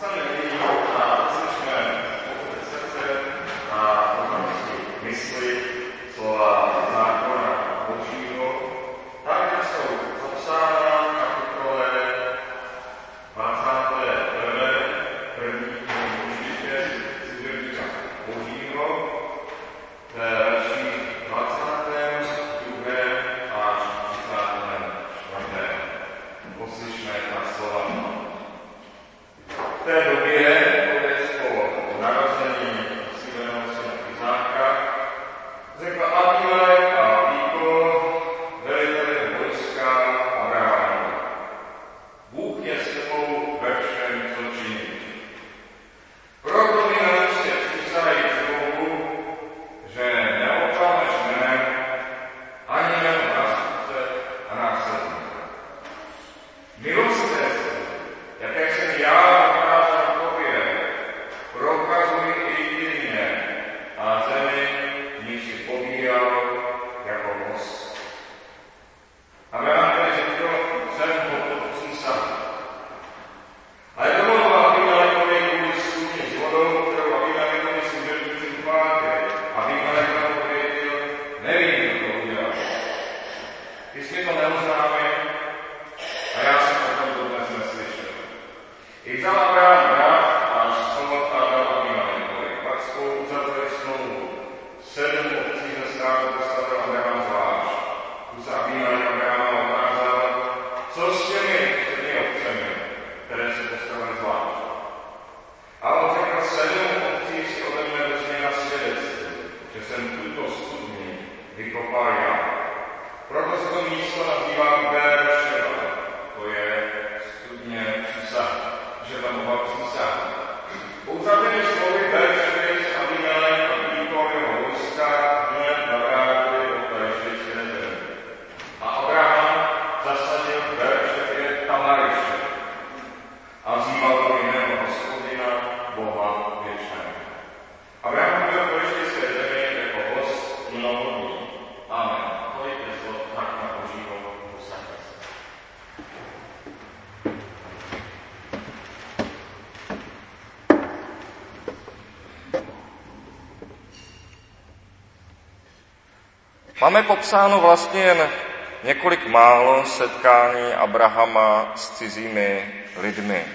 Máme popsáno vlastně jen několik málo setkání Abrahama s cizími lidmi.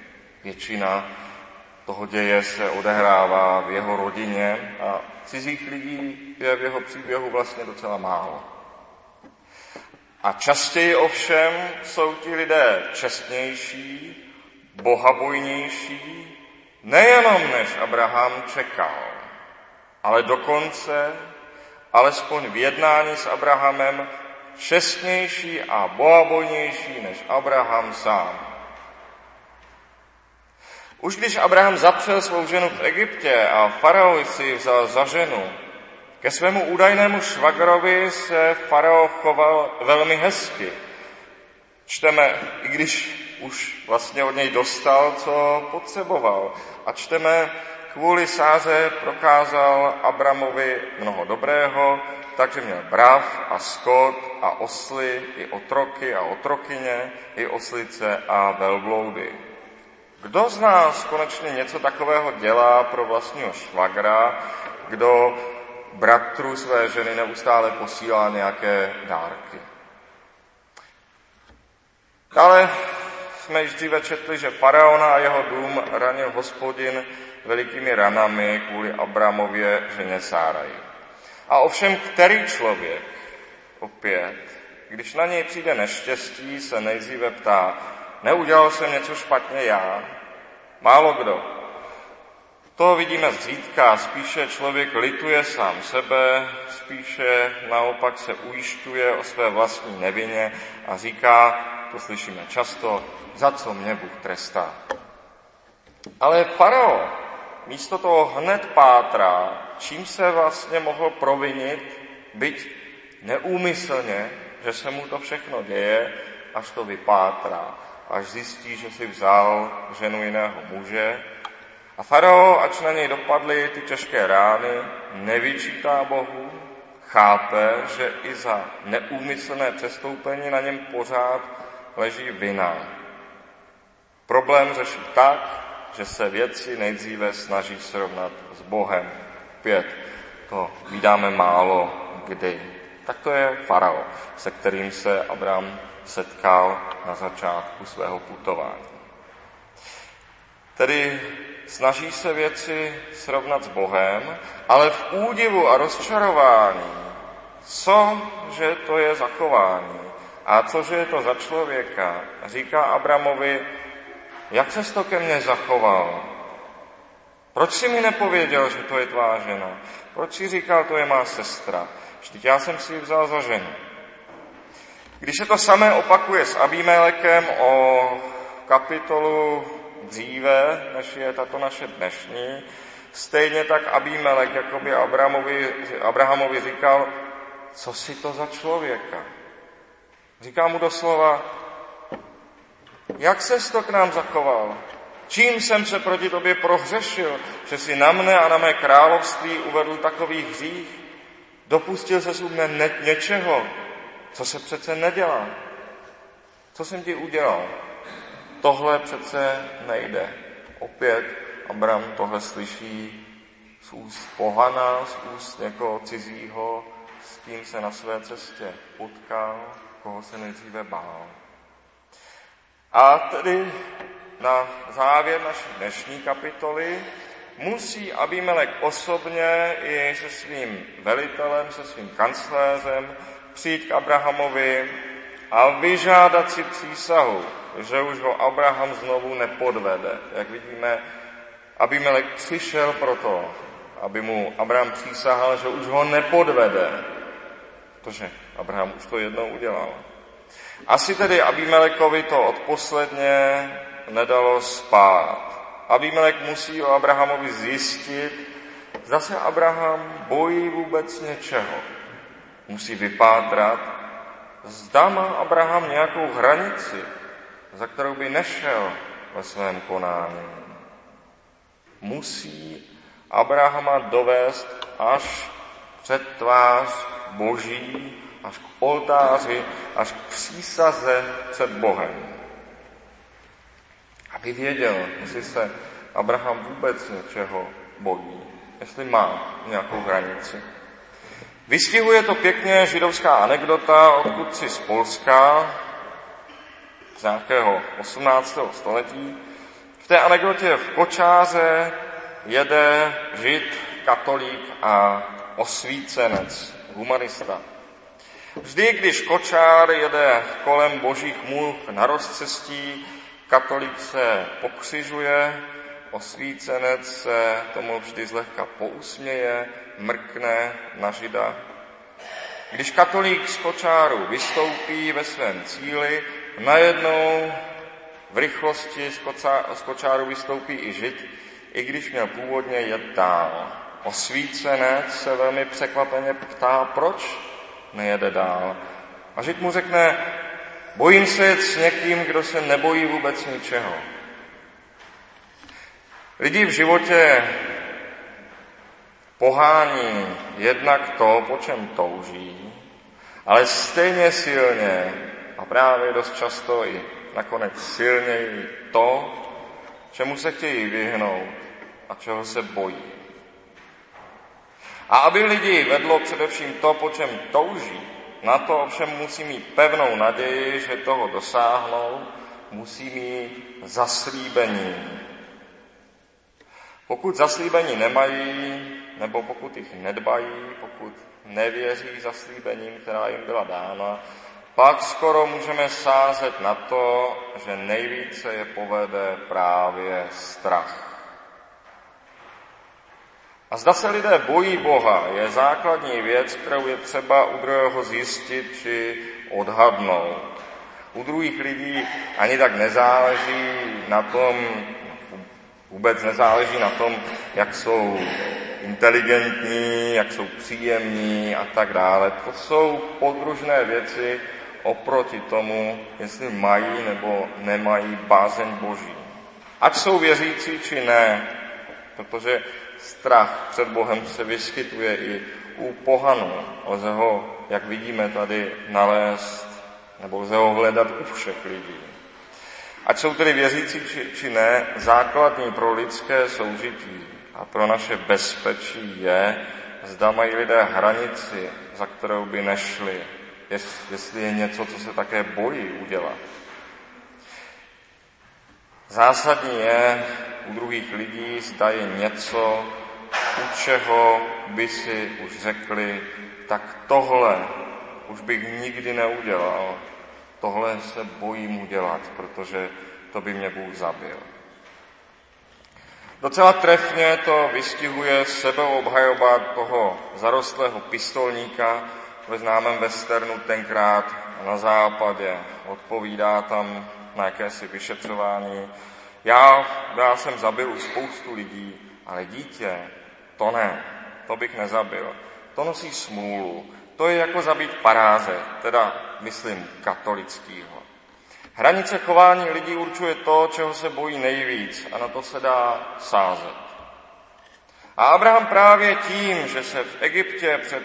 Většina toho děje se odehrává v jeho rodině a cizích lidí je v jeho příběhu vlastně docela málo. A častěji ovšem jsou ti lidé čestnější, bohabojnější, nejenom než Abraham čekal, ale dokonce, alespoň v jednání s Abrahamem, čestnější a bohabojnější než Abraham sám. Už když Abraham zapřel svou ženu v Egyptě a faraon si ji vzal za ženu, ke svému údajnému švagrovi se faraon choval velmi hezky. Čteme, i když už vlastně od něj dostal, co potřeboval. A čteme, kvůli Sáře prokázal Abramovi mnoho dobrého, takže měl brav a skot a osly, i otroky a otrokyně, i oslice a velbloudy. Kdo z nás konečně něco takového dělá pro vlastního švagra, kdo bratru své ženy neustále posílá nějaké dárky? Dále jsme již dříve četli, že faraona a jeho dům ranil Hospodin velikými ranami kvůli Abramově ženě Sáraji. A ovšem, který člověk, opět, když na něj přijde neštěstí, se nejdříve ptá, neudělal jsem něco špatně já? Málo kdo. To vidíme zřídka, spíše člověk lituje sám sebe, spíše naopak se ujišťuje o své vlastní nevině a říká, to slyšíme často, za co mě Bůh trestá. Ale faraon místo toho hned pátrá, čím se vlastně mohl provinit, byť neúmyslně, že se mu to všechno děje, až to vypátrá, až zjistí, že si vzal ženu jiného muže. A faraon, ač na něj dopadly ty těžké rány, nevyčítá Bohu, chápe, že i za neúmyslné přestoupení na něm pořád leží vina. Problém řeší tak, že se věci nejdříve snaží srovnat s Bohem. Opět to vídáme málo kdy. Tak to je faraon, se kterým se Abraham setkal na začátku svého putování. Tedy snaží se věci srovnat s Bohem, ale v údivu a rozčarování, cože to je za chování a cože je to za člověka, říká Abramovi, jak ses to ke mně zachoval? Proč jsi mi nepověděl, že to je tvá žena? Proč jsi říkal, to je má sestra? Vždyť já jsem si ji vzal za ženu. Když se to samé opakuje s Abimelekem o kapitolu dříve, než je tato naše dnešní, stejně tak Abimelek jakoby Abrahamovi říkal, co si to za člověka? Říká mu doslova, jak ses to k nám zachoval? Čím jsem se proti tobě prohřešil, že si na mne a na mé království uvedl takový hřích? Dopustil ses u mne něčeho, co se přece nedělá. Co jsem ti udělal? Tohle přece nejde. Opět Abraham tohle slyší z úst pohana, z úst někoho cizího, s kým se na své cestě potkal, koho se nejdříve bál. A tedy na závěr naší dnešní kapitoly musí Abimelek osobně i se svým velitelem, se svým kancléřem přijít k Abrahamovi a vyžádat si přísahu, že už ho Abraham znovu nepodvede. Jak vidíme, Abimelek přišel proto, aby mu Abraham přísahal, že už ho nepodvede, protože Abraham už to jednou udělal. Asi tedy Abimelekovi to odposledně nedalo spát. Abimelek musí o Abrahamovi zjistit, zda se Abraham bojí vůbec něčeho. Musí vypátrat, zda má Abraham nějakou hranici, za kterou by nešel ve svém konání. Musí Abrahama dovést až před tvář Boží, až k oltáři, až k přísaze před Bohem. Aby věděl, jestli se Abraham vůbec něčeho bojí, jestli má nějakou hranici. Vystihuje to pěkně židovská anekdota odkudsi z Polska, z nějakého 18. století. V té anekdotě v kočáře jede žid, katolík a osvícenec, humanista. Vždy, když kočár jede kolem božích můh na rozcestí, katolík se pokřižuje, osvícenec se tomu vždy zlehka pousměje, mrkne na žida. Když katolík z kočáru vystoupí ve svém cíli, najednou v rychlosti z kočáru vystoupí i žid, i když měl původně jet dál. Osvícenec se velmi překvapeně ptá, proč nejede dál. A žid mu řekne, bojím se jet s někým, kdo se nebojí vůbec ničeho. Lidi v životě pohání jednak to, po čem touží, ale stejně silně a právě dost často i nakonec silněji to, čemu se chtějí vyhnout a čeho se bojí. A aby lidi vedlo především to, po čem touží, na to ovšem musí mít pevnou naději, že toho dosáhnou, musí mít zaslíbení. Pokud zaslíbení nemají, nebo pokud jich nedbají, pokud nevěří zaslíbením, která jim byla dána, pak skoro můžeme sázet na to, že nejvíce je povede právě strach. A zda se lidé bojí Boha, je základní věc, kterou je třeba u druhého zjistit či odhadnout. U druhých lidí ani tak nezáleží na tom, vůbec nezáleží na tom, jak jsou inteligentní, jak jsou příjemní a tak dále. To jsou podružné věci oproti tomu, jestli mají nebo nemají bázeň Boží. Ať jsou věřící či ne, protože strach před Bohem se vyskytuje i u pohanů. Lze ho, jak vidíme tady, nalézt, nebo lze ho hledat u všech lidí. Ať jsou tedy věřící či ne, základní pro lidské soužití a pro naše bezpečí je, zda mají lidé hranici, za kterou by nešli, jestli je něco, co se také bojí udělat. Zásadní je u druhých lidí, zda je něco, u čeho by si už řekli, tak tohle už bych nikdy neudělal, tohle se bojím udělat, protože to by mě Bůh zabil. Docela trefně to vystihuje sebeobhajoba toho zarostlého pistolníka ve známém westernu tenkrát na západě. Odpovídá tam na jakési vyšetřování. Já jsem zabil už spoustu lidí, ale dítě, to ne, to bych nezabil. To nosí smůlu. To je jako zabít paráze, teda myslím katolickýho. Hranice chování lidí určuje to, čeho se bojí nejvíc a na to se dá sázet. A Abraham právě tím, že se v Egyptě před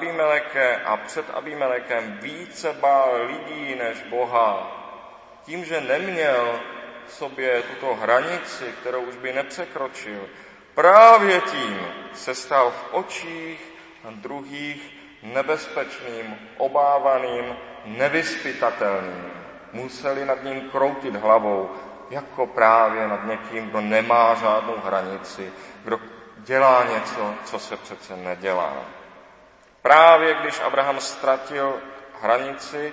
Abimelekem více bál lidí než Boha, tím, že neměl v sobě tuto hranici, kterou už by nepřekročil, právě tím se stal v očích druhých nebezpečným, obávaným, nevyzpytatelným. Museli nad ním kroutit hlavou, jako právě nad někým, kdo nemá žádnou hranici, kdo dělá něco, co se přece nedělá. Právě když Abraham ztratil hranici,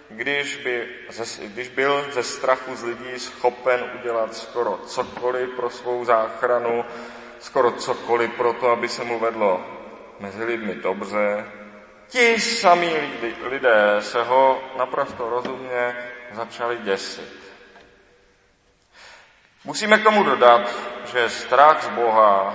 když byl ze strachu z lidí schopen udělat skoro cokoliv pro svou záchranu, skoro cokoliv pro to, aby se mu vedlo mezi lidmi dobře, ti samí lidé se ho naprosto rozumně začali děsit. Musíme k tomu dodat, že strach z Boha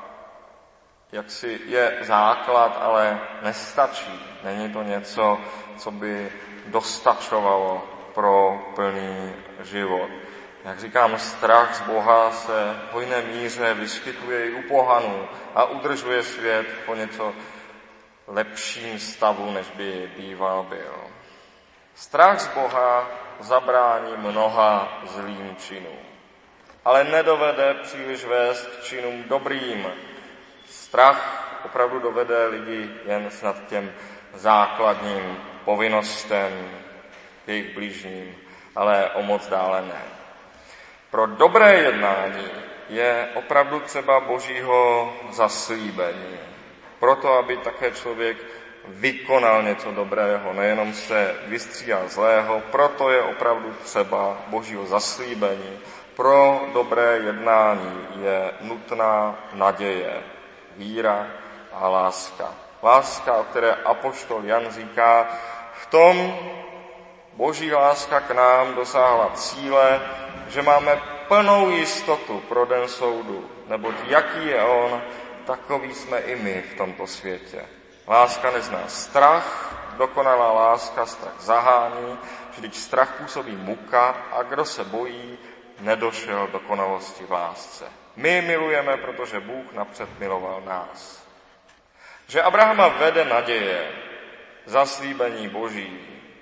jaksi je základ, ale nestačí. Není to něco, co by dostačovalo pro plný život. Jak říkám, strach z Boha se v hojné míře vyskytuje i u pohanů a udržuje svět po něco lepším stavu, než by býval byl. Strach z Boha zabrání mnoha zlým činům, ale nedovede příliš vést k činům dobrým. Strach opravdu dovede lidi jen snad těm základním povinnostem jejich bližním, ale o moc dále ne. Pro dobré jednání je opravdu třeba Božího zaslíbení. Proto, aby také člověk vykonal něco dobrého, nejenom se vystřídal zlého, proto je opravdu třeba Božího zaslíbení. Pro dobré jednání je nutná naděje, víra a láska. Láska, o které apoštol Jan říká, v tom Boží láska k nám dosáhla cíle, že máme plnou jistotu pro den soudu, neboť jaký je on, takový jsme i my v tomto světě. Láska nezná strach, dokonalá láska strach zahání, vždyť strach působí muka a kdo se bojí, nedošel dokonalosti v lásce. My milujeme, protože Bůh napřed miloval nás. Že Abrahama vede naděje, zaslíbení Boží,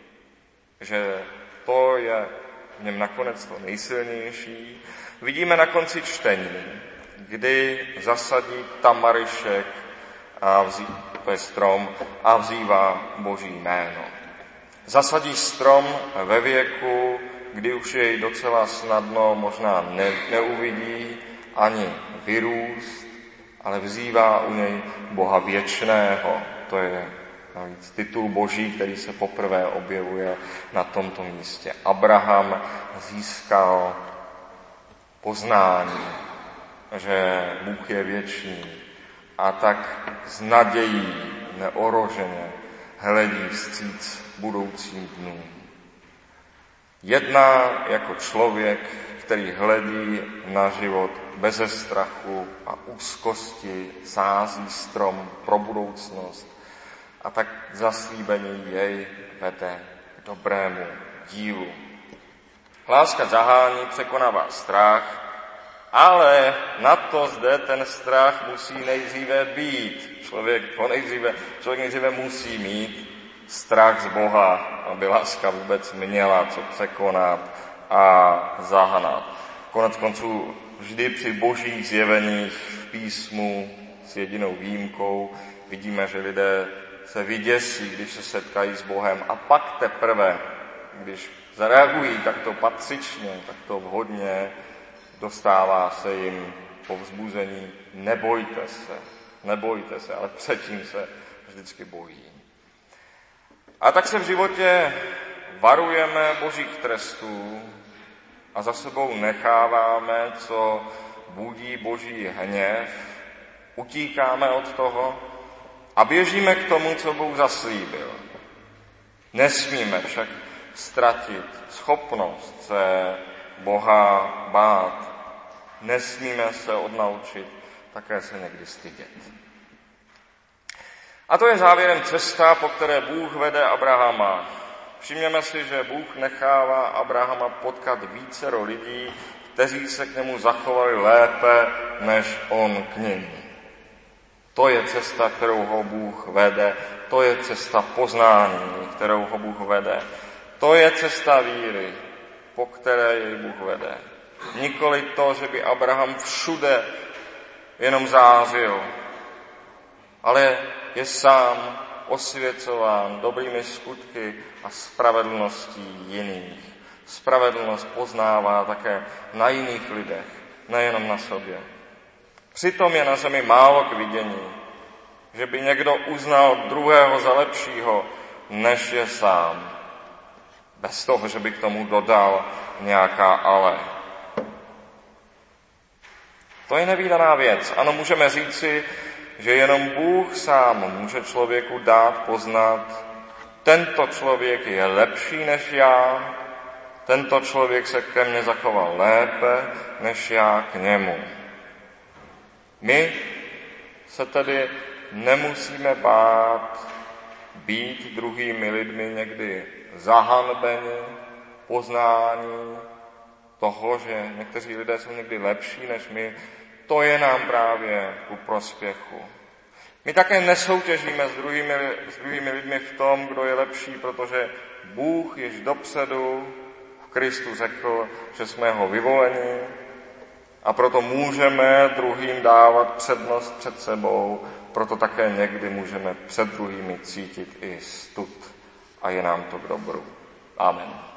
že to je v něm nakonec to nejsilnější, vidíme na konci čtení, kdy zasadí tamarišek, to je strom, a vzývá Boží jméno. Zasadí strom ve věku, kdy už jej docela snadno možná neuvidí ani vyrůst, ale vzývá u něj Boha věčného. To je navíc titul Boží, který se poprvé objevuje na tomto místě. Abraham získal poznání, že Bůh je věčný a tak s nadějí neohroženě hledí vstříc budoucím dnům. Jedná jako člověk, který hledí na život beze strachu a úzkosti, sází strom pro budoucnost a tak zaslíbení jej vede k dobrému dílu. Láska zahání, překonává strach, ale na to zde ten strach musí nejdříve být. Člověk nejdříve musí mít strach z Boha, aby láska vůbec měla co překonat a zahnat. Konec konců vždy při božích zjeveních v písmu s jedinou výjimkou vidíme, že lidé se vyděsí, když se setkají s Bohem a pak teprve, když zareagují takto patřičně, takto vhodně, dostává se jim povzbuzení, nebojte se, ale předtím se vždycky bojí. A tak se v životě varujeme božích trestů a za sebou necháváme, co budí boží hněv, utíkáme od toho a běžíme k tomu, co Bůh zaslíbil. Nesmíme však ztratit schopnost se Boha bát. Nesmíme se odnaučit také se někdy stydět. A to je závěrem cesta, po které Bůh vede Abrahama. Všimněme si, že Bůh nechává Abrahama potkat vícero lidí, kteří se k němu zachovali lépe, než on k nim. To je cesta, kterou ho Bůh vede. To je cesta poznání, kterou ho Bůh vede. To je cesta víry, po které jej Bůh vede. Nikoli to, že by Abraham všude jenom zářil, ale je sám osvěcován dobrými skutky a spravedlností jiných. Spravedlnost poznává také na jiných lidech, nejenom na sobě. Přitom je na zemi málo k vidění, že by někdo uznal druhého za lepšího, než je sám. Bez toho, že by k tomu dodal nějaká ale. To je nevídaná věc. Ano, můžeme říci, že jenom Bůh sám může člověku dát poznat, tento člověk je lepší než já, tento člověk se ke mně zachoval lépe, než já k němu. My se tedy nemusíme bát být druhými lidmi někdy zahanbeni, poznání toho, že někteří lidé jsou někdy lepší než my, to je nám právě ku prospěchu. My také nesoutěžíme s druhými lidmi v tom, kdo je lepší, protože Bůh již dopředu v Kristu řekl, že jsme jeho vyvolení a proto můžeme druhým dávat přednost před sebou, proto také někdy můžeme před druhými cítit i stud a je nám to k dobru. Amen.